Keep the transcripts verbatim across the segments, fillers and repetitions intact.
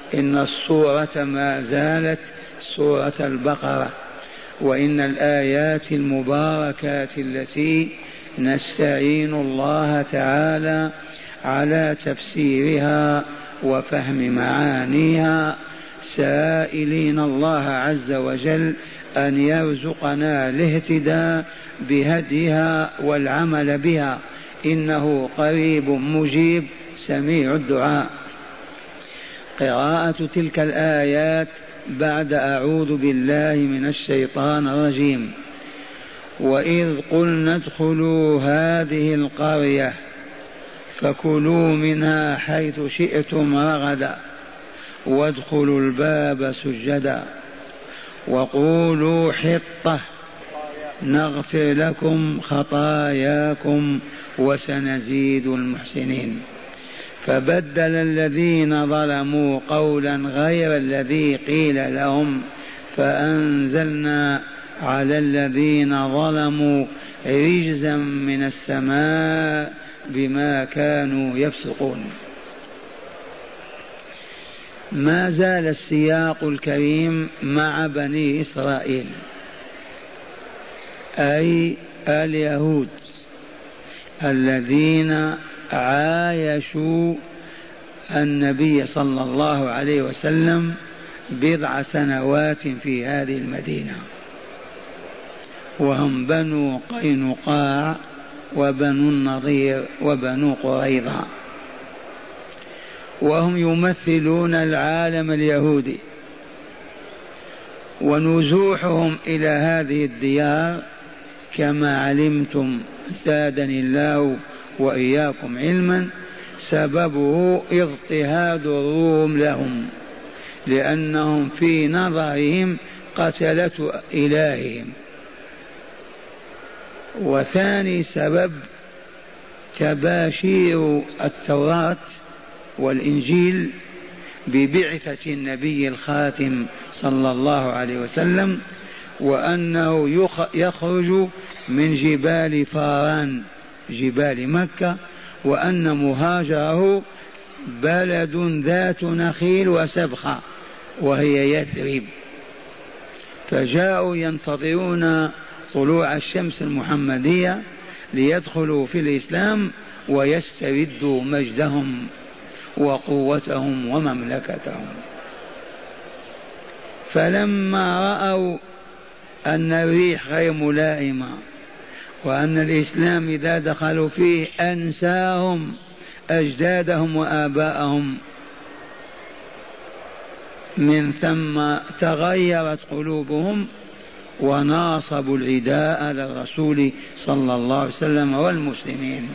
إن الصورة ما زالت سورة البقرة، وإن الآيات المباركات التي نستعين الله تعالى على تفسيرها وفهم معانيها، سائلين الله عز وجل أن يرزقنا الاهتداء بهديها والعمل بها، إنه قريب مجيب سميع الدعاء. قراءة تلك الآيات بعد أعوذ بالله من الشيطان الرجيم. وإذ قلنا ادخلوا هذه القرية فكلوا منها حيث شئتم رغدا وادخلوا الباب سجدا وقولوا حطة نغفر لكم خطاياكم وسنزيد المحسنين. فبدل الذين ظلموا قولا غير الذي قيل لهم فأنزلنا على الذين ظلموا رجزا من السماء بما كانوا يفسقون. ما زال السياق الكريم مع بني إسرائيل، أي اليهود الذين عايشوا النبي صلى الله عليه وسلم بضع سنوات في هذه المدينة، وهم بنو قينقاع وبنو النضير وبنو قريظة، وهم يمثلون العالم اليهودي. ونزوحهم إلى هذه الديار كما علمتم زادني الله وإياكم علما سببه اضطهاد الروم لهم، لأنهم في نظرهم قتلة إلههم. وثاني سبب تباشير التوراة والإنجيل ببعثة النبي الخاتم صلى الله عليه وسلم، وأنه يخرج من جبال فاران جبال مكة، وأن مهاجره بلد ذات نخيل وسبخة وهي يثرب. فجاءوا ينتظرون طلوع الشمس المحمدية ليدخلوا في الإسلام ويستردوا مجدهم وقوتهم ومملكتهم. فلما رأوا أن الريح غير ملائمة وأن الإسلام إذا دخلوا فيه أنساهم أجدادهم وآباءهم، من ثم تغيرت قلوبهم وناصبوا العداء للرسول صلى الله عليه وسلم والمسلمين.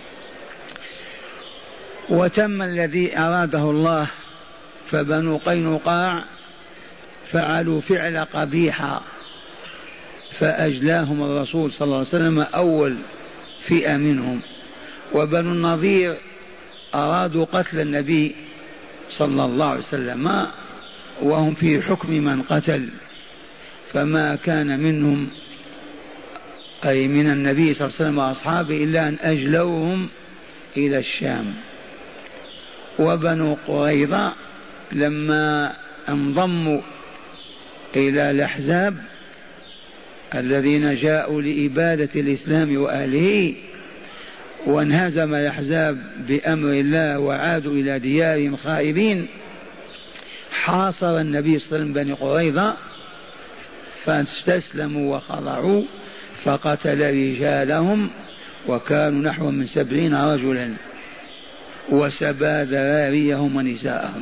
وتم الذي أراده الله، فبنو قينقاع فعلوا فعل قبيحة فأجلاهم الرسول صلى الله عليه وسلم أول فئة منهم، وبنو النضير أرادوا قتل النبي صلى الله عليه وسلم وهم في حكم من قتل، فما كان منهم أي من النبي صلى الله عليه وسلم وأصحابه إلا أن أجلوهم إلى الشام. وبنو قريظة لما انضموا إلى الأحزاب الذين جاءوا لإبادة الإسلام وأهله، وانهزم الأحزاب بأمر الله وعادوا إلى ديارهم خائبين، حاصر النبي صلى الله عليه وسلم بني قريظة فاستسلموا وخضعوا، فقتل رجالهم وكانوا نحو من سبعين رجلا، وسبى ذراريهم ونساءهم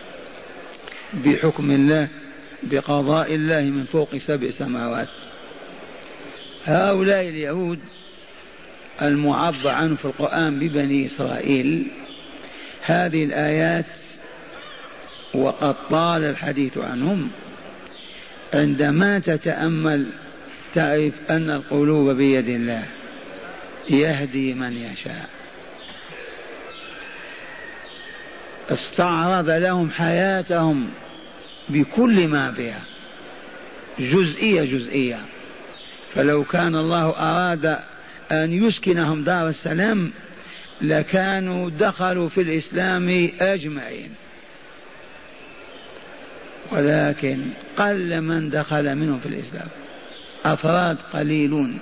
بحكم الله بقضاء الله من فوق سبع سماوات. هؤلاء اليهود المعبر عنه في القرآن ببني إسرائيل، هذه الآيات وقد طال الحديث عنهم، عندما تتأمل تعرف أن القلوب بيد الله يهدي من يشاء. استعرض لهم حياتهم بكل ما بها جزئية جزئية، فلو كان الله أراد أن يسكنهم دار السلام لكانوا دخلوا في الإسلام أجمعين، ولكن قل من دخل منهم في الإسلام، أفراد قليلون.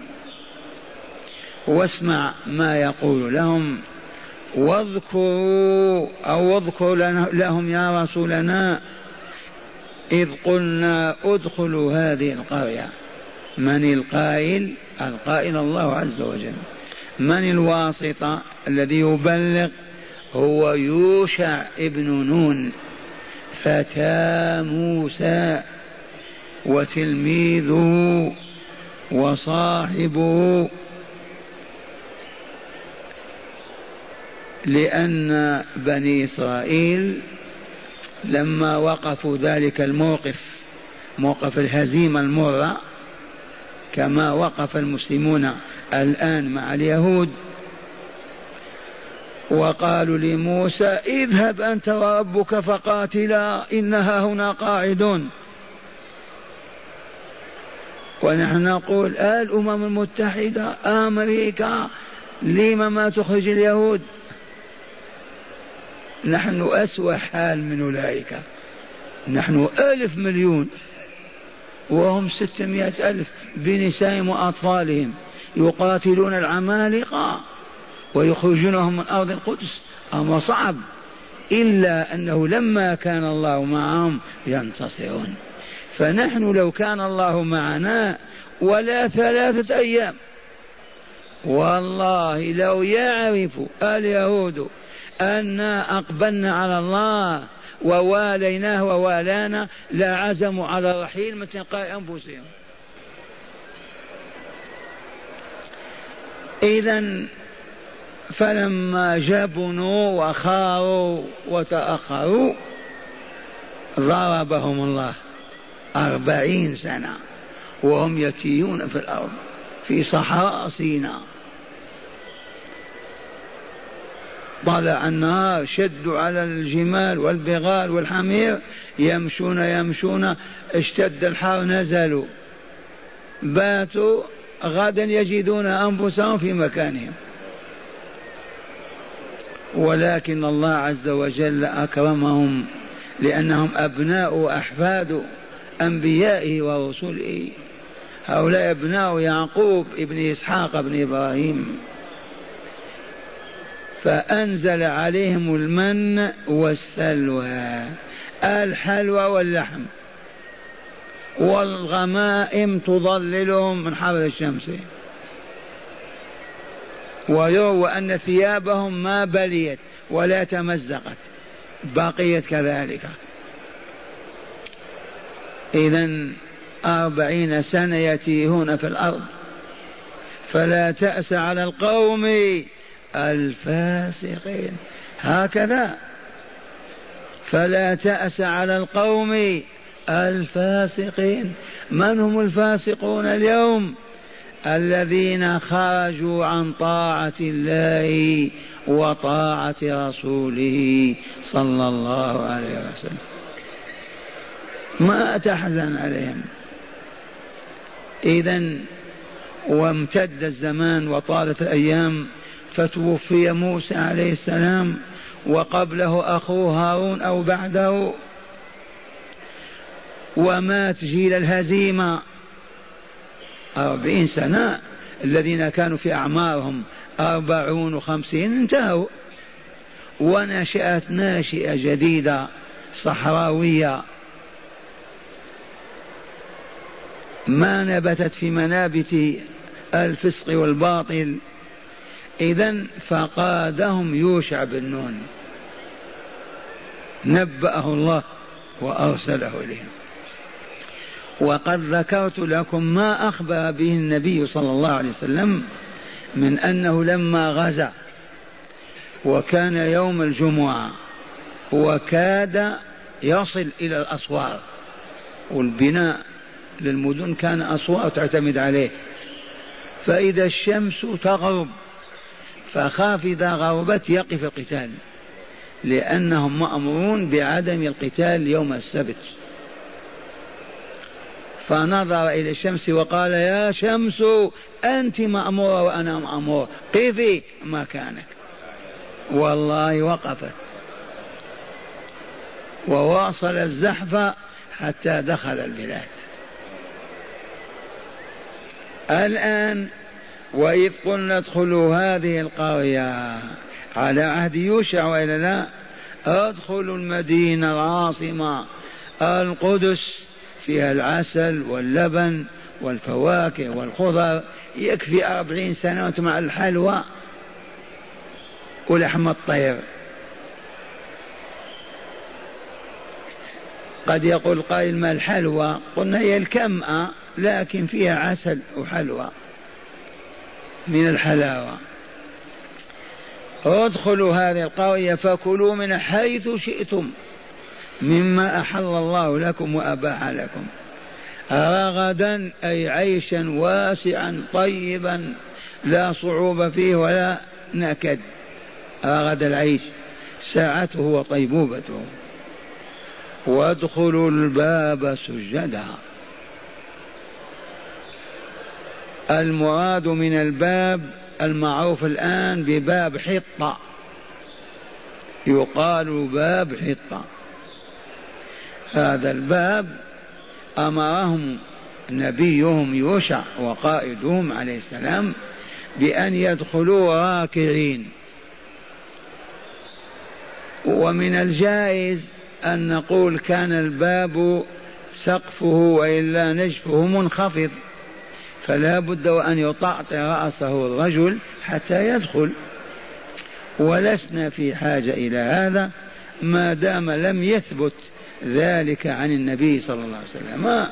واسمع ما يقول لهم: واذكروا أو واذكر لهم يا رسولنا إذ قلنا ادخلوا هذه القرية. من القائل؟ القائل الله عز وجل. من الواسطة الذي يبلغ؟ هو يوشع ابن نون فتى موسى وتلميذه وصاحبه، لأن بني إسرائيل لما وقفوا ذلك الموقف، موقف الهزيمة المرة، كما وقف المسلمون الآن مع اليهود، وقالوا لموسى: اذهب أنت وربك فقاتلا إنها هنا قاعدون. ونحن نقول: الأمم المتحدة، أمريكا، لما ما تخرج اليهود؟ نحن أسوأ حال من أولئك، نحن ألف مليون وهم ستمائة ألف بنسائهم وأطفالهم يقاتلون العمالقة ويخرجونهم من أرض القدس. أمر صعب، إلا أنه لما كان الله معهم ينتصرون. فنحن لو كان الله معنا ولا ثلاثة أيام، والله لو يعرف اليهود أنا أقبلنا على الله وواليناه ووالانا لعزموا على الرحيل من تلقاء أنفسهم. إذن فلما جبنوا وخاروا وتأخروا ضربهم الله أربعين سنة وهم يتيهون في الأرض في صحراء سيناء. طلع النهار، شدوا على الجمال والبغال والحمير، يمشون يمشون، اشتد الحر، نزلوا، باتوا، غدا يجدون أنفسهم في مكانهم. ولكن الله عز وجل أكرمهم لأنهم أبناء وأحفاد أنبيائه ورسله. هؤلاء أبناء يعقوب ابن إسحاق ابن إبراهيم. فأنزل عليهم المن والسلوى، الحلوى واللحم، والغمائم تظللهم من حر الشمس، ويروى أن ثيابهم ما بليت ولا تمزقت، بقيت كذلك. إذن أربعين سنة يتيهون في الأرض. فلا تأس على القوم الفاسقين، هكذا. فلا تأس على القوم الفاسقين. من هم الفاسقون اليوم؟ الذين خرجوا عن طاعة الله وطاعة رسوله صلى الله عليه وسلم. ما تحزن عليهم. إذن وامتد الزمان وطالت الأيام، فتوفي موسى عليه السلام وقبله أخوه هارون أو بعده، ومات جيل الهزيمة أربعين سنة. الذين كانوا في أعمارهم أربعون وخمسين انتهوا، ونشأت ناشئة جديدة صحراوية ما نبتت في منابت الفسق والباطل. إذن فقادهم يوشع بن نون، نبأه الله وأرسله إليهم. وقد ذكرت لكم ما أخبر به النبي صلى الله عليه وسلم من أنه لما غزا وكان يوم الجمعة وكاد يصل إلى الأسوار، والبناء للمدن كان أسوار تعتمد عليه، فإذا الشمس تغرب فخاف إذا غربت يقف القتال، لأنهم مأمورون بعدم القتال يوم السبت. فنظر إلى الشمس وقال: يا شمس أنت مأمورة وأنا مأمور، قفي مكانك. والله وقفت وواصل الزحف حتى دخل البلاد. الآن وإذ قلنا ادخلوا هذه القرية على عهد يوشع وإلا لا؟ ادخلوا المدينة العاصمة القدس فيها العسل واللبن والفواكه والخضر، يكفي أربعين سنة مع الحلوى ولحم الطير. قد يقول قائل ما الحلوى؟ قلنا هي الكمأة لكن فيها عسل وحلوى من الحلاوة. ادخلوا هذه القرية فكلوا من حيث شئتم مما أحل الله لكم وأباح لكم، رغدا أي عيشا واسعا طيبا لا صعوبة فيه ولا نكد. رغد العيش ساعته وطيبوبته. وادخلوا الباب سجدا. المراد من الباب المعروف الآن بباب حطة، يقال باب حطة. هذا الباب أمرهم نبيهم يوشع وقائدهم عليه السلام بأن يدخلوا راكعين. ومن الجائز أن نقول كان الباب سقفه وإلا نجفه منخفض، فلا بد وأن يطأطئ رأسه الرجل حتى يدخل، ولسنا في حاجة إلى هذا ما دام لم يثبت ذلك عن النبي صلى الله عليه وسلم،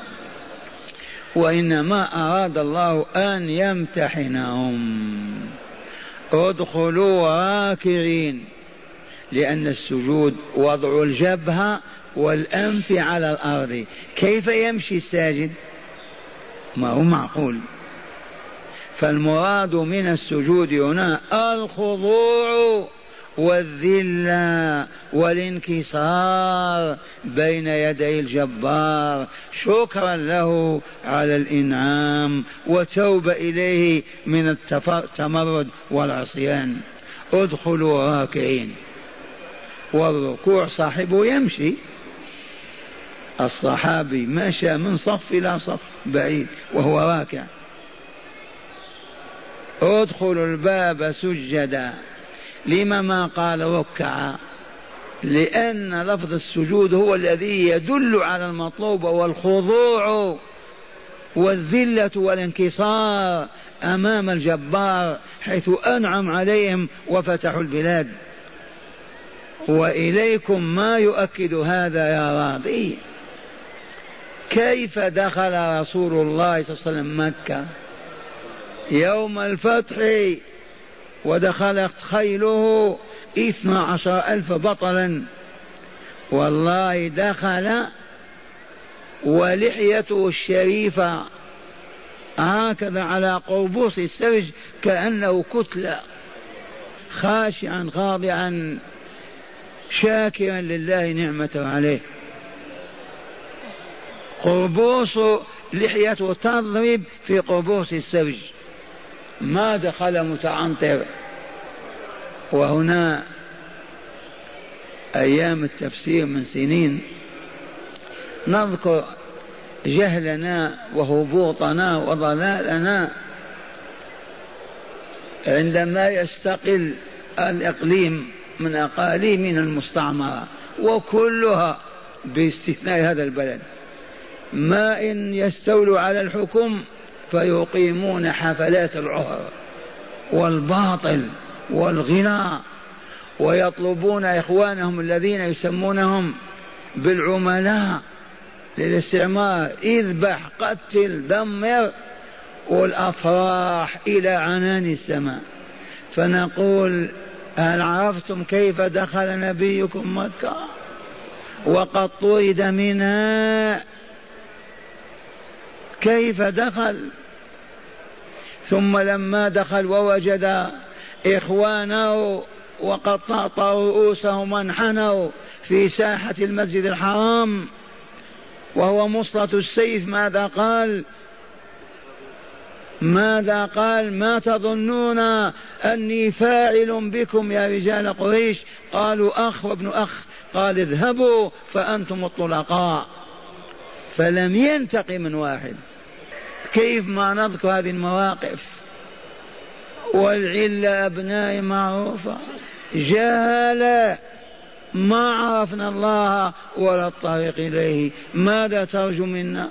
وإنما أراد الله أن يمتحنهم. ادخلوا راكعين، لأن السجود وضع الجبهة والأنف على الأرض، كيف يمشي الساجد؟ ما هو معقول. فالمراد من السجود هنا الخضوع والذلة والانكسار بين يدي الجبار، شكرا له على الإنعام وتوبة إليه من التمرد والعصيان. ادخلوا راكعين، والركوع صاحبه يمشي. الصحابي مشى من صف إلى صف بعيد وهو راكع. ادخلوا الباب سجدا. لما ما قال ركعا؟ لأن لفظ السجود هو الذي يدل على المطلوب والخضوع والذلة والانكسار أمام الجبار حيث أنعم عليهم وفتحوا البلاد. وإليكم ما يؤكد هذا يا راضي. كيف دخل رسول الله صلى الله عليه وسلم مكة يوم الفتح ودخلت خيله اثنا عشر ألف بطلا؟ والله دخل ولحيته الشريفة هكذا على قربوس السرج كأنه كتلة، خاشعا خاضعا شاكرا لله نعمته عليه. قربوس لحيته تضرب في قربوس السرج، ما دخل متعنطر. وهنا أيام التفسير من سنين نذكر جهلنا وهبوطنا وضلالنا عندما يستقل الإقليم من أقاليمنا المستعمرة وكلها باستثناء هذا البلد، ما إن يستولوا على الحكم فيقيمون حفلات العهر والباطل والغناء، ويطلبون إخوانهم الذين يسمونهم بالعملاء للاستعمار اذبح قتل دمر، والأفراح إلى عنان السماء. فنقول هل عرفتم كيف دخل نبيكم مكة وقد طرد منها؟ كيف دخل؟ ثم لما دخل ووجد إخوانه وقد طأطأوا رؤوسهم وانحنوا في ساحة المسجد الحرام وهو مصلة السيف، ماذا قال؟ ماذا قال؟ ما تظنون أني فاعل بكم يا رجال قريش؟ قالوا أخ وابن أخ. قال اذهبوا فأنتم الطلقاء. فلم ينتقم من واحد. كيف ما نذكر هذه المواقف؟ والعلة أبناء معروفة، جهل ما عرفنا الله ولا الطريق إليه، ماذا ترجو منا؟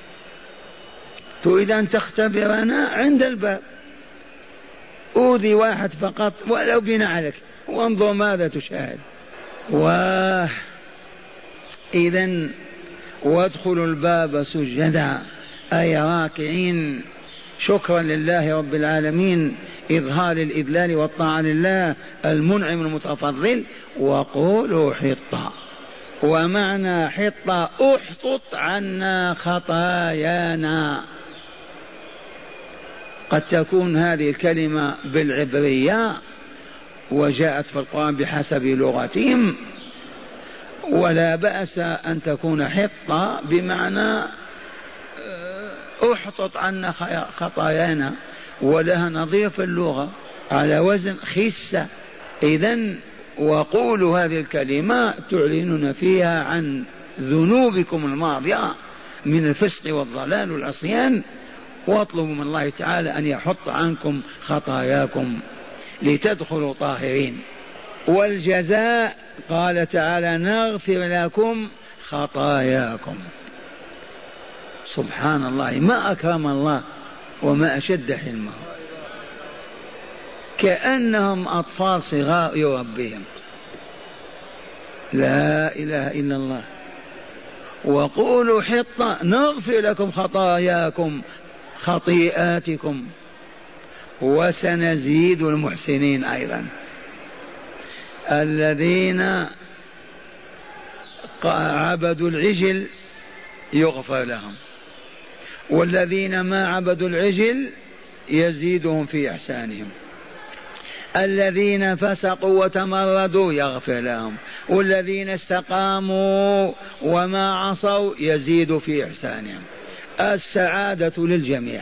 تريد أن تختبرنا عند الباب، أوذي واحد فقط ولو بنعلك وانظر ماذا تشاهد. واه إذن وادخلوا الباب سجدا أي راكعين شكرا لله رب العالمين، إظهار الإذلال والطاعة لله المنعم المتفضل. وقولوا حطة، ومعنى حطة احطط عنا خطايانا. قد تكون هذه الكلمة بالعبرية وجاءت في القرآن بحسب لغتهم، ولا بأس أن تكون حطة بمعنى احطط عنا خطايانا، ولها نظير في اللغة على وزن خسة. إذن وقولوا هذه الكلمة تعلنون فيها عن ذنوبكم الماضية من الفسق والضلال والعصيان، واطلبوا من الله تعالى أن يحط عنكم خطاياكم لتدخلوا طاهرين. والجزاء قال تعالى نغفر لكم خطاياكم. سبحان الله، ما أكرم الله وما أشد حلمه، كأنهم أطفال صغار يربيهم. لا إله إلا الله. وقولوا حطة نغفر لكم خطاياكم خطيئاتكم وسنزيد المحسنين. أيضا الذين عبدوا العجل يغفر لهم، والذين ما عبدوا العجل يزيدهم في إحسانهم، الذين فسقوا وتمردوا يغفر لهم، والذين استقاموا وما عصوا يزيد في إحسانهم. السعادة للجميع.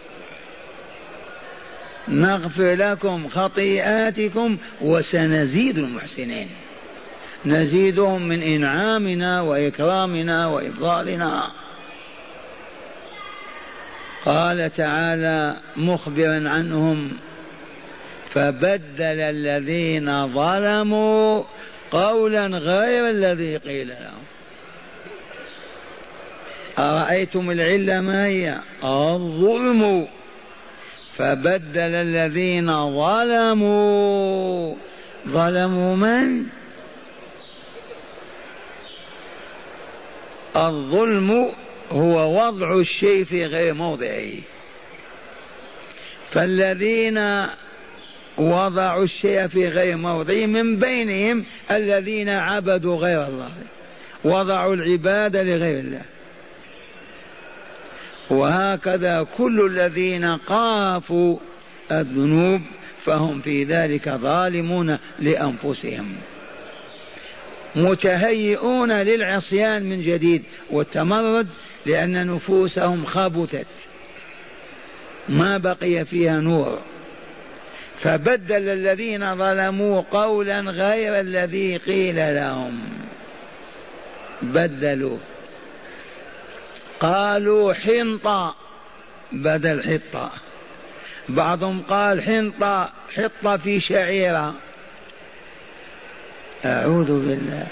نغفر لكم خطيئاتكم وسنزيد المحسنين، نزيدهم من إنعامنا وإكرامنا وإفضالنا. قال تعالى مخبرا عنهم فبدل الذين ظلموا قولا غير الذي قيل لهم. أرأيتم العلة ما هي؟ الظلم. فبدل الذين ظلموا، ظلموا من؟ الظلم هو وضع الشيء في غير موضعه، فالذين وضعوا الشيء في غير موضعه من بينهم الذين عبدوا غير الله، وضعوا العبادة لغير الله. وهكذا كل الذين قافوا الذنوب فهم في ذلك ظالمون لأنفسهم، متهيئون للعصيان من جديد والتمرد، لأن نفوسهم خبثت ما بقي فيها نور. فبدل الذين ظلموا قولا غير الذي قيل لهم، بدلوا، قالوا حنطة بدل حطة، بعضهم قال حنطة حطة في شعيرة. أعوذ بالله،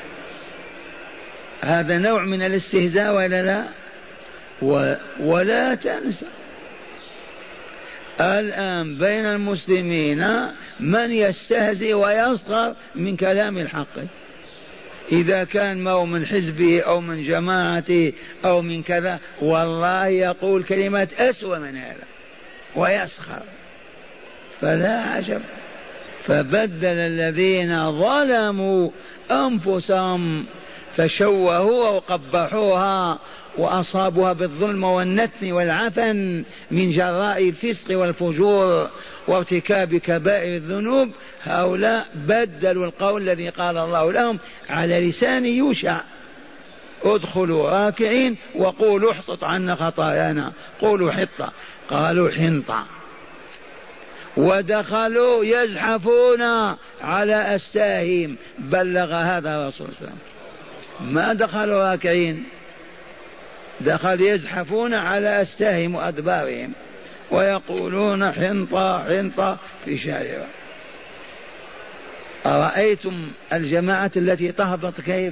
هذا نوع من الاستهزاء ولا لا؟ ولا تنسى الآن بين المسلمين من يستهزئ ويسخر من كلام الحق، إذا كان ما هو من حزبه أو من جماعته أو من كذا، والله يقول كلمات أسوأ من هذا ويسخر، فلا عجب. فبدل الذين ظلموا أنفسهم فشوهوا وقبحوها وأصابوها بالظلم والنتن والعفن من جراء الفسق والفجور وارتكاب كبائر الذنوب. هؤلاء بدلوا القول الذي قال الله لهم على لسان يوشع ادخلوا راكعين وقولوا احطط عنا خطايانا، قولوا حطة، قالوا حنطة، ودخلوا يزحفون على أستاههم. بلغ هذا الرسول صلى الله عليه وسلم، ما دخلوا راكعين، دخل يزحفون على أستاهم وأدبارهم ويقولون حنطة حنطة في شارع. أرأيتم الجماعة التي تهبط كيف؟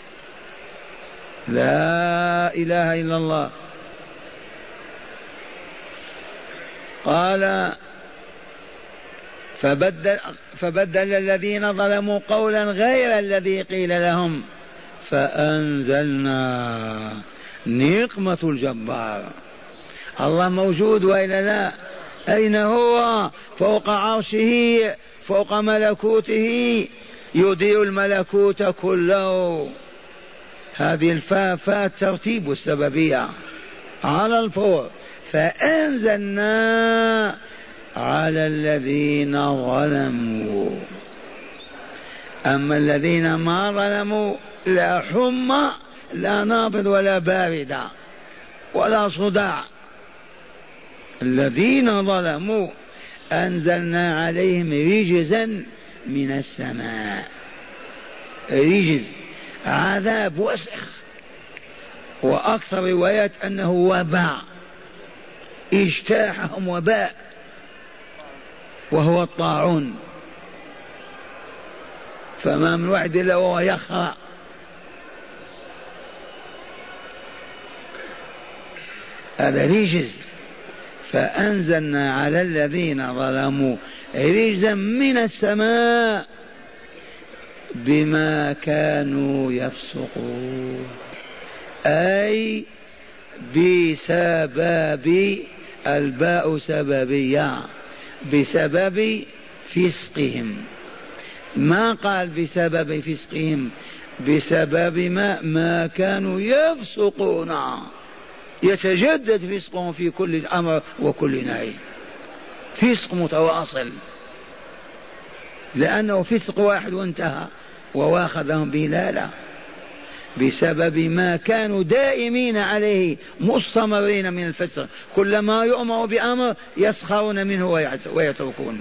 لا إله إلا الله. قال فبدل, فبدل الذين ظلموا قولا غير الذي قيل لهم فأنزلنا نقمة الجبار. الله موجود وإلا لا؟ أين هو؟ فوق عرشه، فوق ملكوته، يدير الملكوت كله. هذه الفاء فاء الترتيب السببية على الفور. فأنزلنا على الذين ظلموا. أما الذين ما ظلموا لا حمى لا نابض ولا باردة ولا صداع. الذين ظلموا أنزلنا عليهم رجزا من السماء. رجز عذاب وسخ، وأكثر روايات أنه وباء، اجتاحهم وباء وهو الطاعون. فما من واحد إلا وهو يخرع. هذا رجز. فأنزلنا على الذين ظلموا رجزا من السماء بما كانوا يفسقون، أي بسبب، الباء سببية، بسبب فسقهم. ما قال بسبب فسقهم، بسبب ما, ما كانوا يفسقون، يتجدد فسقهم في كل أمر وكل نهي، فسق متواصل، لأنه فسق واحد وانتهى وواخذهم بلالة، بسبب ما كانوا دائمين عليه مستمرين من الفسق. كلما يؤمر بأمر يسخرون منه ويتركون.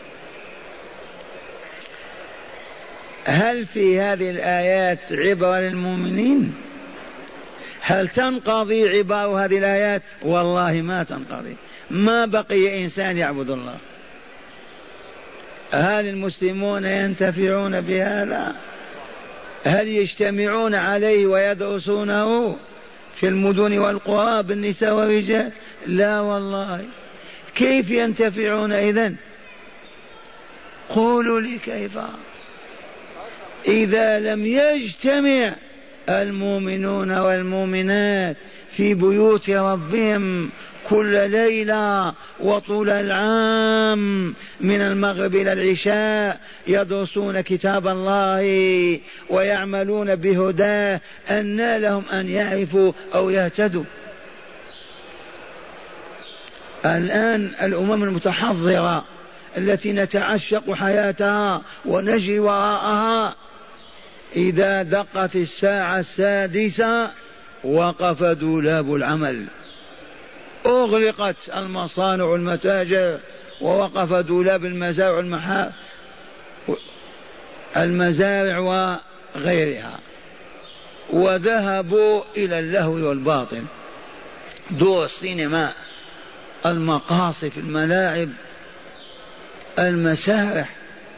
هل في هذه الآيات عبرة للمؤمنين؟ هل تنقضي عبارة هذه الآيات؟ والله ما تنقضي. ما بقي إنسان يعبد الله. هل المسلمون ينتفعون بهذا؟ هل يجتمعون عليه ويدرسونه في المدن والقرى بالنساء والرجال؟ لا والله. كيف ينتفعون إذن؟ قولوا لي كيف إذا لم يجتمع المؤمنون والمؤمنات في بيوت ربهم كل ليلة وطول العام من المغرب إلى العشاء يدرسون كتاب الله ويعملون بهداه، أن لهم أن يعرفوا أو يهتدوا. الآن الأمم المتحضرة التي نتعشق حياتها ونجري وراءها، إذا دقت الساعة السادسة وقف دولاب العمل، أغلقت المصانع والمتاجر، ووقف دولاب المزارع والمحا المزارع وغيرها، وذهبوا إلى اللهو والباطل، دور السينما، المقاصف، الملاعب، المسارح.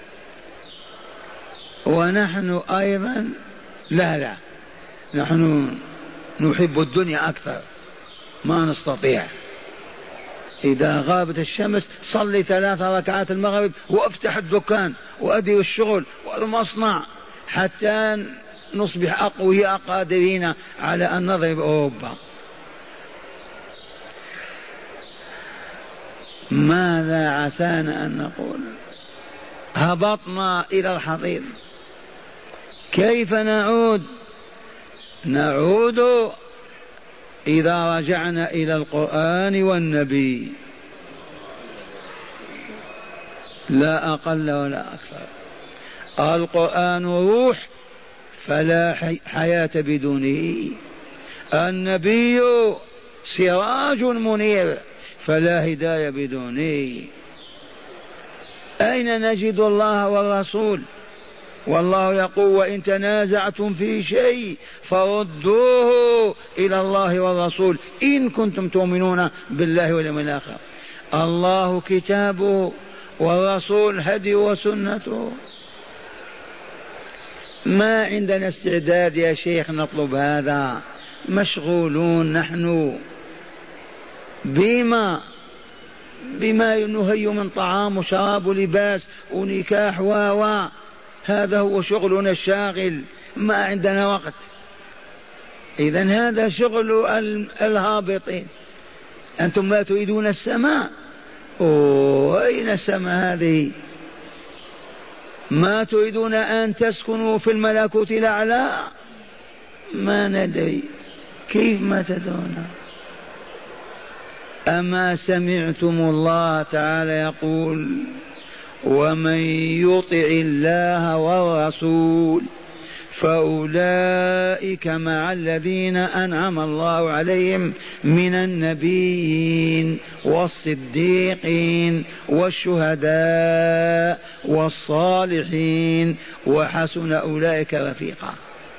ونحن أيضا لا لا نحن نحب الدنيا أكثر، ما نستطيع. إذا غابت الشمس صلي ثلاث ركعات المغرب وافتح الدكان وأدير الشغل والمصنع حتى نصبح أقوياء قادرين على أن نضرب أوروبا. ماذا عسانا أن نقول؟ هبطنا إلى الحضيض. كيف نعود؟ نعود إذا رجعنا إلى القرآن والنبي، لا أقل ولا أكثر. القرآن روح فلا حياة بدونه، النبي سراج منير فلا هداية بدونه. أين نجد الله والرسول والله يقول وإن تنازعتم في شيء فردوه إلى الله والرسول إن كنتم تؤمنون بالله واليوم الآخر. الله كتابه والرسول هدي وسنته. ما عندنا استعداد يا شيخ نطلب هذا، مشغولون نحن بما بما نهي من طعام وشراب ولباس ونكاح و هذا هو شغلنا الشاغل، ما عندنا وقت. إذن هذا شغل الهابطين. أنتم لا تريدون السماء؟ أوه أين السماء هذه؟ ما تريدون أن تسكنوا في الملكوت الأعلى؟ ما ندري كيف ما تدرون. أما سمعتم الله تعالى يقول ومن يطع الله والرسول فأولئك مع الذين أنعم الله عليهم من النبيين والصديقين والشهداء والصالحين وحسن أولئك رفيقا.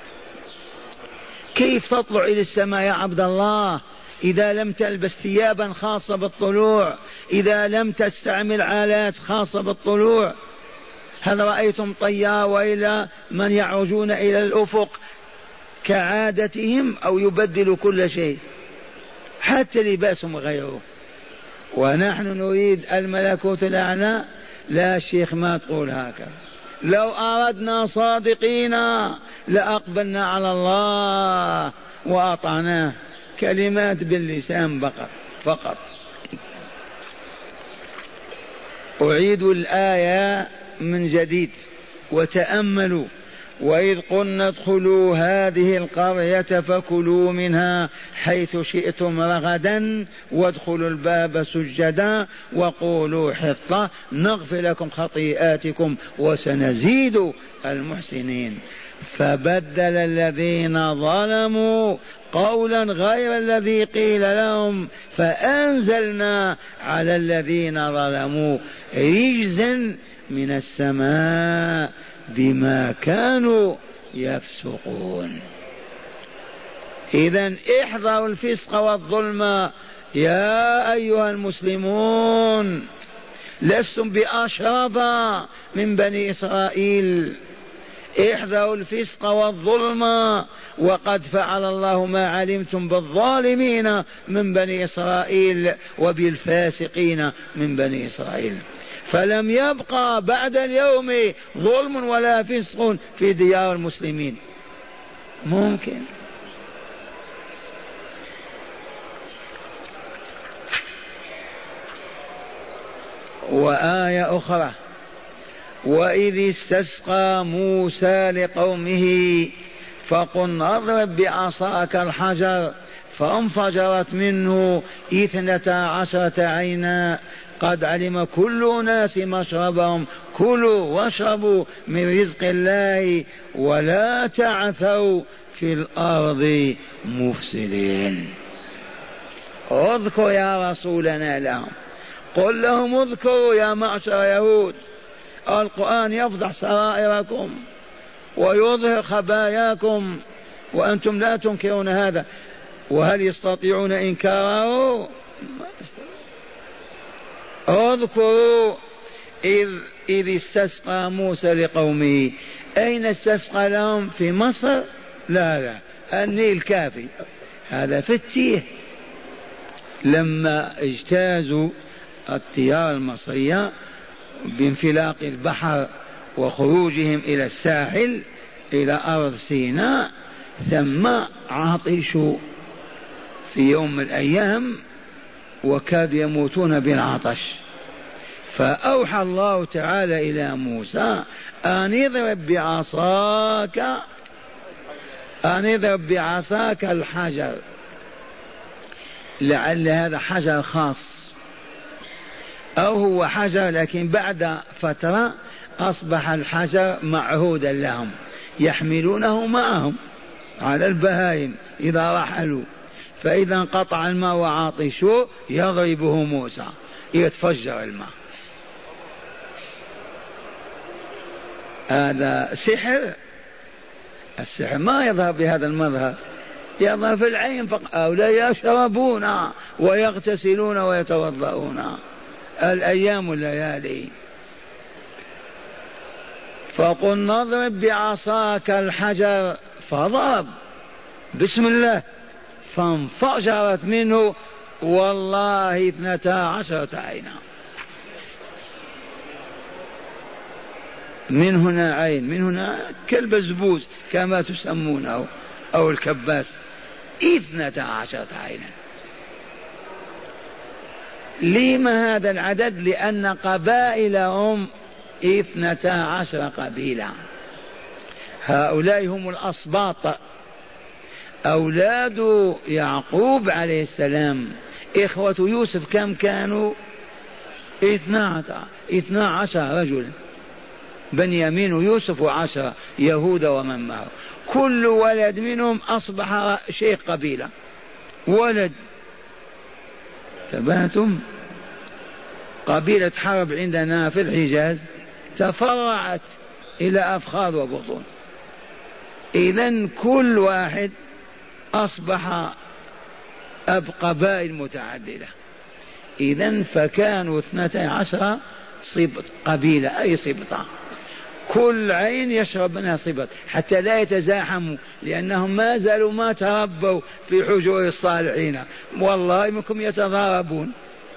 كيف تطلع إلى السماء يا عبد الله إذا لم تلبس ثيابا خاصة بالطلوع، إذا لم تستعمل آلات خاصة بالطلوع؟ هل رأيتم طيار وإلى من يعرجون إلى الأفق كعادتهم أو يبدل كل شيء حتى لباسهم غيره؟ ونحن نريد الملكوت الأعلى. لا شيخ ما تقول هكذا. لو أردنا صادقين لأقبلنا على الله وأطعناه. كلمات باللسان فقط فقط. أعيد الآية من جديد وتأملوا. وإذ قلنا ادخلوا هذه القرية فكلوا منها حيث شئتم رغدا وادخلوا الباب سجدا وقولوا حطة نغفر لكم خطيئاتكم وسنزيد المحسنين. فبدل الذين ظلموا قولا غير الذي قيل لهم فأنزلنا على الذين ظلموا رجزا من السماء بما كانوا يفسقون. إذن احذروا الفسق والظلم يا أيها المسلمون، لستم بأشرف من بني إسرائيل. احذروا الفسق والظلم وقد فعل الله ما علمتم بالظالمين من بني إسرائيل وبالفاسقين من بني إسرائيل. فلم يبقى بعد اليوم ظلم ولا فسق في ديار المسلمين. ممكن. وآية أخرى وإذ استسقى موسى لقومه فقل اضرب بعصاك الحجر فانفجرت منه اثنتا عشرة عينا قد علم كل أناس مشربهم كلوا واشربوا من رزق الله ولا تعثوا في الأرض مفسدين. اذكر يا رسولنا لهم، قل لهم اذكروا يا معشر يهود، القرآن يفضح سرائركم ويظهر خباياكم وأنتم لا تنكرون هذا. وهل يستطيعون إنكاره؟ اذكروا إذ, إذ استسقى موسى لقومه. أين استسقى لهم؟ في مصر؟ لا لا، النيل كافي. هذا في التيه لما اجتازوا التيار المصرية بانفلاق البحر وخروجهم إلى الساحل إلى أرض سيناء، ثم عطشوا في يوم من الأيام وكاد يموتون بالعطش، فأوحى الله تعالى إلى موسى أن اضرب بعصاك أن اضرب بعصاك الحجر. لعل هذا حجر خاص أو هو حجر، لكن بعد فترة أصبح الحجر معهودا لهم يحملونه معهم على البهائم إذا رحلوا، فإذا انقطع الماء وعاطشوا يضربه موسى يتفجر الماء. هذا سحر. السحر ما يظهر بهذا المظهر، يظهر في العين فقط. هؤلاء يشربون ويغتسلون ويتوضؤون الأيام والليالي. فقل نضرب بعصاك الحجر، فضرب بسم الله فانفجرت منه والله اثنتا عشرة عينا. من هنا عين، من هنا كالبزبوز كما تسمونه أو الكباس، اثنتا عشرة عينا. لما هذا العدد؟ لأن قبائلهم اثنتا عشر قبيلة. هؤلاء هم الأسباط، أولاد يعقوب عليه السلام. إخوة يوسف كم كانوا؟ اثنا عشر رجل، بنيامين ويوسف وعشرة يهود ومن معه. كل ولد منهم أصبح شيخ قبيلة، ولد. تبهتم؟ قبيلة حرب عندنا في الحجاز تفرعت إلى أفخاذ وبطون. إذن كل واحد أصبح أب قبائل متعددة. إذن فكانوا اثنتي عشر صبط قبيلة، أي صبطة، كل عين يشرب منها صبط حتى لا يتزاحموا، لأنهم ما زالوا ما تربوا في حجور الصالحين. والله منكم يتضاربون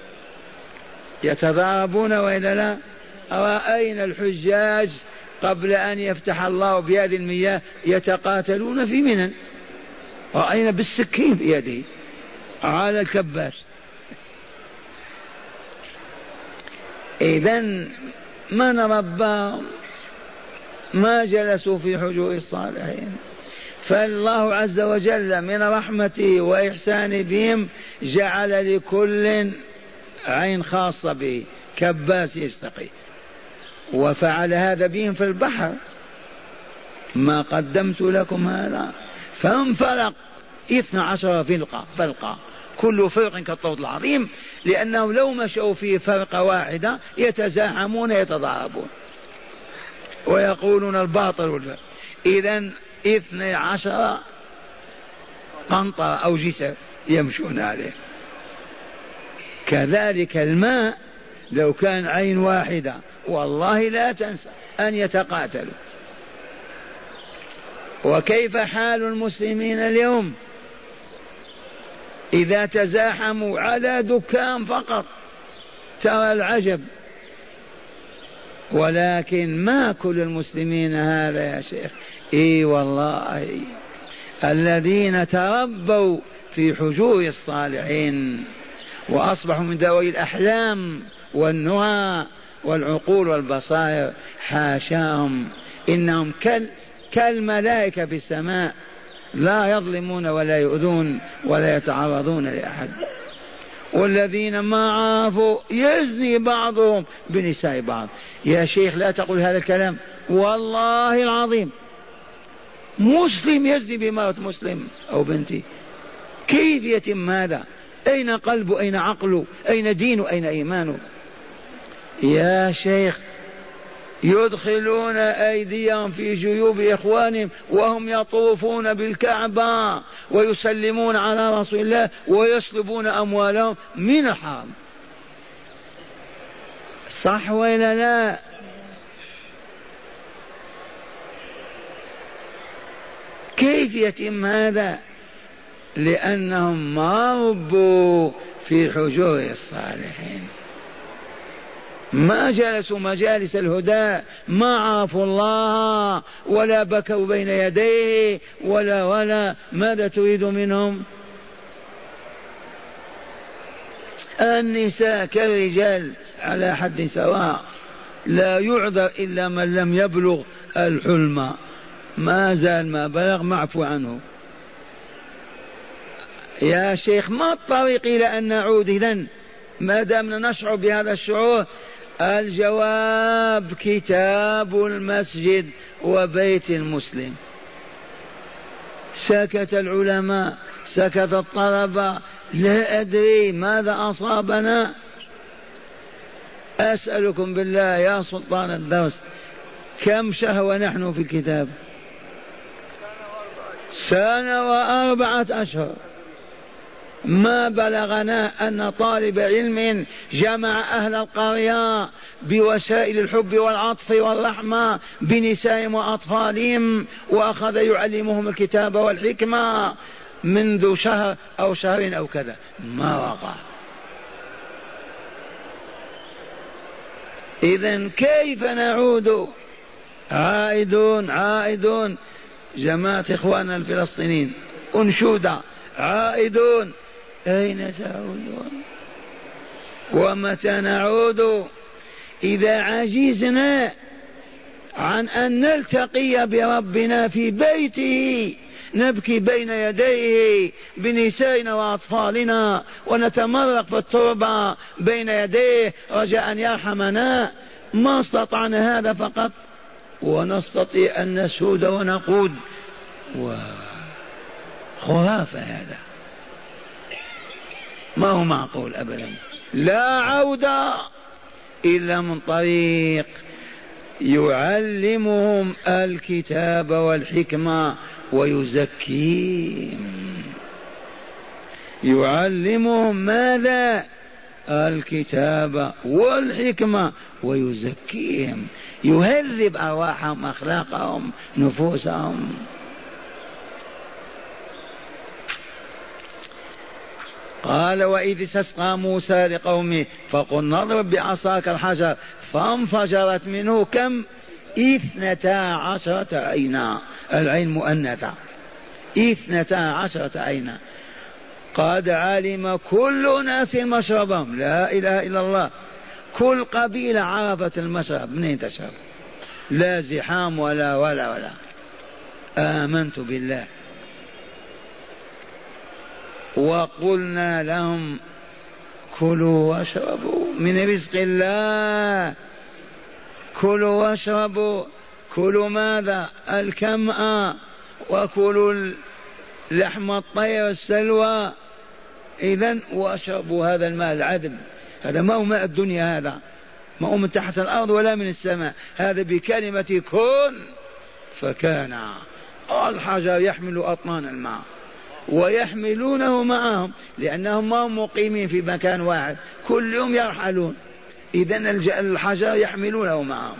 يتضاربون وإلا لا؟ رأينا الحجاج قبل أن يفتح الله بهذه المياه يتقاتلون في منى، رأينا بالسكين بيده على الكباس. إذن من رباهم؟ ما جلسوا في حجور الصالحين. فالله عز وجل من رحمته وإحسانه بهم جعل لكل عين خاصة به، كباس يستقي. وفعل هذا بهم في البحر، ما قدمت لكم هذا. فانفلق اثنا عشر فرقة فرقة كل فرق كالطود العظيم، لأنهم لو مشوا في فرقة واحدة يتزاحمون يتضاربون ويقولون الباطل والباطل. إذن اثني عشر قنطرة أو جسر يمشون عليه. كذلك الماء لو كان عين واحدة والله لا تنسى أن يتقاتلوا. وكيف حال المسلمين اليوم إذا تزاحموا على دكان فقط؟ ترى العجب. ولكن ما كل المسلمين هذا يا شيخ. اي والله الذين تربوا في حجور الصالحين وأصبحوا من ذوي الأحلام والنهى والعقول والبصائر، حاشاهم، إنهم كال كالملائكة في السماء، لا يظلمون ولا يؤذون ولا يتعرضون لأحد. والذين ما عرفوا يزني بعضهم بنساء بعض. يا شيخ لا تقول هذا الكلام، والله العظيم مسلم يزني بمرأة مسلم أو بنتي، كيف يتم هذا؟ أين قلبه؟ أين عقله؟ أين دينه؟ أين إيمانه؟ يا شيخ يدخلون أيديهم في جيوب إخوانهم وهم يطوفون بالكعبة ويسلمون على رسول الله ويسلبون أموالهم من الحرام. صح ولا لا؟ كيف يتم هذا؟ لأنهم ما ربوا في حجور الصالحين، ما جلسوا مجالس الهدى، ما عرفوا الله ولا بكوا بين يديه ولا ولا ماذا تريد منهم؟ النساء كالرجال على حد سواء، لا يعذر إلا من لم يبلغ الحلم، ما زال ما بلغ معفو عنه. يا شيخ ما الطريق إلى أن نعود إذن ما دامنا نشعر بهذا الشعور؟ الجواب كتاب المسجد وبيت المسلم. سكت العلماء، سكت الطلبة، لا أدري ماذا أصابنا. أسألكم بالله يا سلطان الدرس، كم شهر ونحن في الكتاب؟ سنة وأربعة أشهر. ما بلغنا أن طالب علم جمع أهل القرية بوسائل الحب والعطف والرحمة بنسائهم وأطفالهم وأخذ يعلمهم الكتاب والحكمة منذ شهر أو شهرين أو كذا، ما وقع. إذن كيف نعود؟ عائدون عائدون. جماعة إخواننا الفلسطينيين أنشودة، عائدون. أين تعودون؟ ومتى نعود؟ إذا عجزنا عن أن نلتقي بربنا في بيته نبكي بين يديه بنسائنا وأطفالنا ونتمرق في التربة بين يديه رجاء أن يرحمنا، ما استطعنا هذا فقط ونستطيع أن نسود ونقود. وخرافة هذا، ما هو معقول أبدا. لا عودة إلا من طريق يعلمهم الكتاب والحكمة ويزكيهم. يعلمهم ماذا؟ الكتاب والحكمة ويزكيهم، يهذب أرواحهم أخلاقهم نفوسهم. قال وإذ استسقى موسى لقومه فقل نضرب بعصاك الحجر فانفجرت منه كم؟ اثنتا عشرة عينا، العين مؤنثة، اثنتا عشرة عينا. قد علم كل أناس مشربهم، لا إله إلا الله. كل قبيلة عرفت المشرب منين تشرب، لا زحام ولا ولا ولا. آمنت بالله. وقلنا لهم كلوا واشربوا من رزق الله. كلوا واشربوا. كلوا ماذا؟ الكمأ، وكلوا لحم الطير السلوى. إذن واشربوا هذا الماء العذب. هذا ما هو ماء الدنيا، هذا ما هو من تحت الأرض ولا من السماء، هذا بكلمة كن فكان. الحجر يحمل أطنان الماء ويحملونه معهم لأنهم ما هم مقيمين في مكان واحد، كل يوم يرحلون. إذن الحجر يحملونه معهم.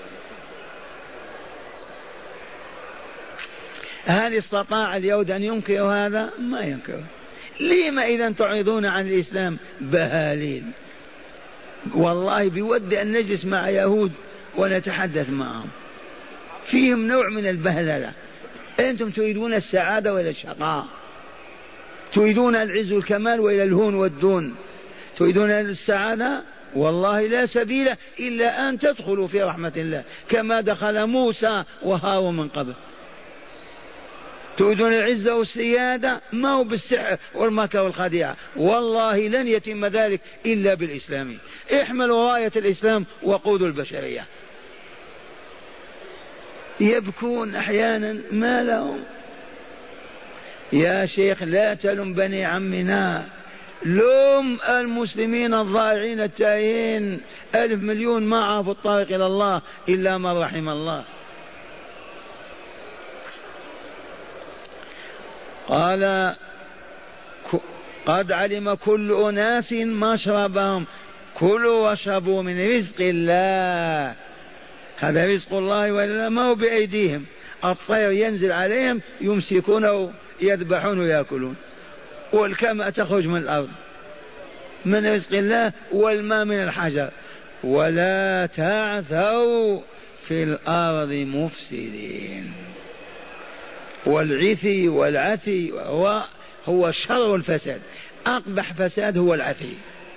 هل استطاع اليهود أن ينكروا هذا؟ ما ينكروا. لما إذن تعرضون عن الإسلام بهاليل؟ والله بود أن نجلس مع يهود ونتحدث معهم، فيهم نوع من البهللة. أنتم تريدون السعادة ولا الشقاء؟ تريدون العز والكمال وإلى الهون والدون؟ تريدون السعادة؟ والله لا سبيل إلا أن تدخلوا في رحمة الله كما دخل موسى وهارون من قبل. تريدون العزة والسيادة؟ ما هو بالسحر والمكر والخديعة، والله لن يتم ذلك إلا بالإسلام. احملوا راية الإسلام وقودوا البشرية. يبكون أحيانا، ما لهم؟ يا شيخ لا تلم بني عمنا، لوم المسلمين الضائعين التائهين، ألف مليون ما عرفوا الطريق إلى الله إلا من رحم الله. قال قد علم كل أناس مشربهم كلوا واشربوا من رزق الله. هذا رزق الله ولا ما هو بأيديهم، الطير ينزل عليهم يمسكونه يذبحون ويأكلون، والكمأ تخرج من الأرض من رزق الله، والماء من الحجر. ولا تعثوا في الأرض مفسدين. والعثي والعثي هو, هو شر الفساد، أقبح فساد هو العثي.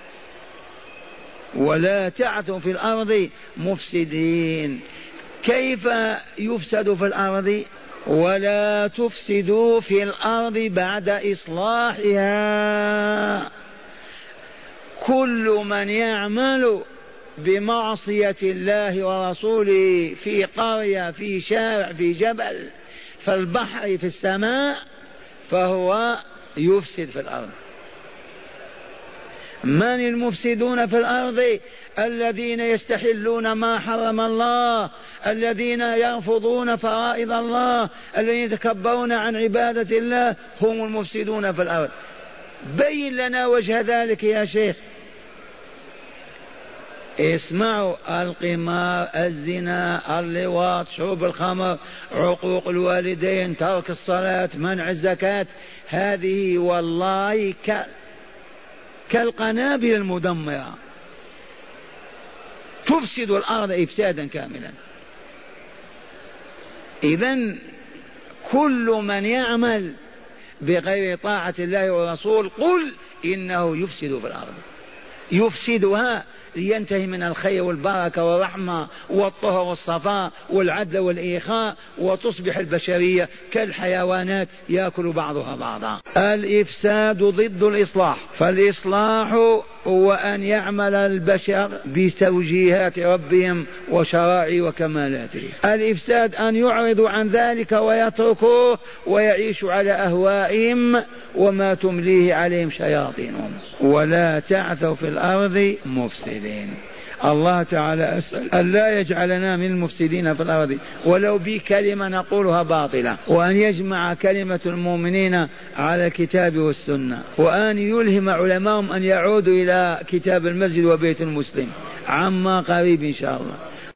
ولا تعثوا في الأرض مفسدين. كيف يفسد في الأرض؟ ولا تفسدوا في الأرض بعد إصلاحها. كل من يعمل بمعصية الله ورسوله في قرية في شارع في جبل في البحر في السماء فهو يفسد في الأرض. من المفسدون في الأرض؟ الذين يستحلون ما حرم الله، الذين يرفضون فرائض الله، الذين يتكبرون عن عبادة الله، هم المفسدون في الأرض. بين لنا وجه ذلك يا شيخ. اسمعوا: القمار، الزنا، اللواط، شرب الخمر، عقوق الوالدين، ترك الصلاة، منع الزكاة، هذه والله ك... كالقنابل المدمرة تفسد الأرض إفسادا كاملا. إذن كل من يعمل بغير طاعة الله والرسول قل إنه يفسد في الأرض، يفسدها لينتهي من الخير والبركة والرحمة والطهر والصفاء والعدل والإيخاء، وتصبح البشرية كالحيوانات يأكل بعضها بعضا. الإفساد ضد الإصلاح، فالإصلاح هو أن يعمل البشر بتوجيهات ربهم وشرائع وكمالاته. الإفساد أن يعرضوا عن ذلك ويتركوه ويعيشوا على أهوائهم وما تمليه عليهم شياطينهم. ولا تعثوا في الأرض مفسدين. الله تعالى أسأل أن لا يجعلنا من المفسدين في الأرض ولو بكلمة نقولها باطلة، وأن يجمع كلمة المؤمنين على الكتاب والسنة، وأن يلهم علماءهم أن يعودوا إلى كتاب المسجد وبيت المسلم عما قريب إن شاء الله.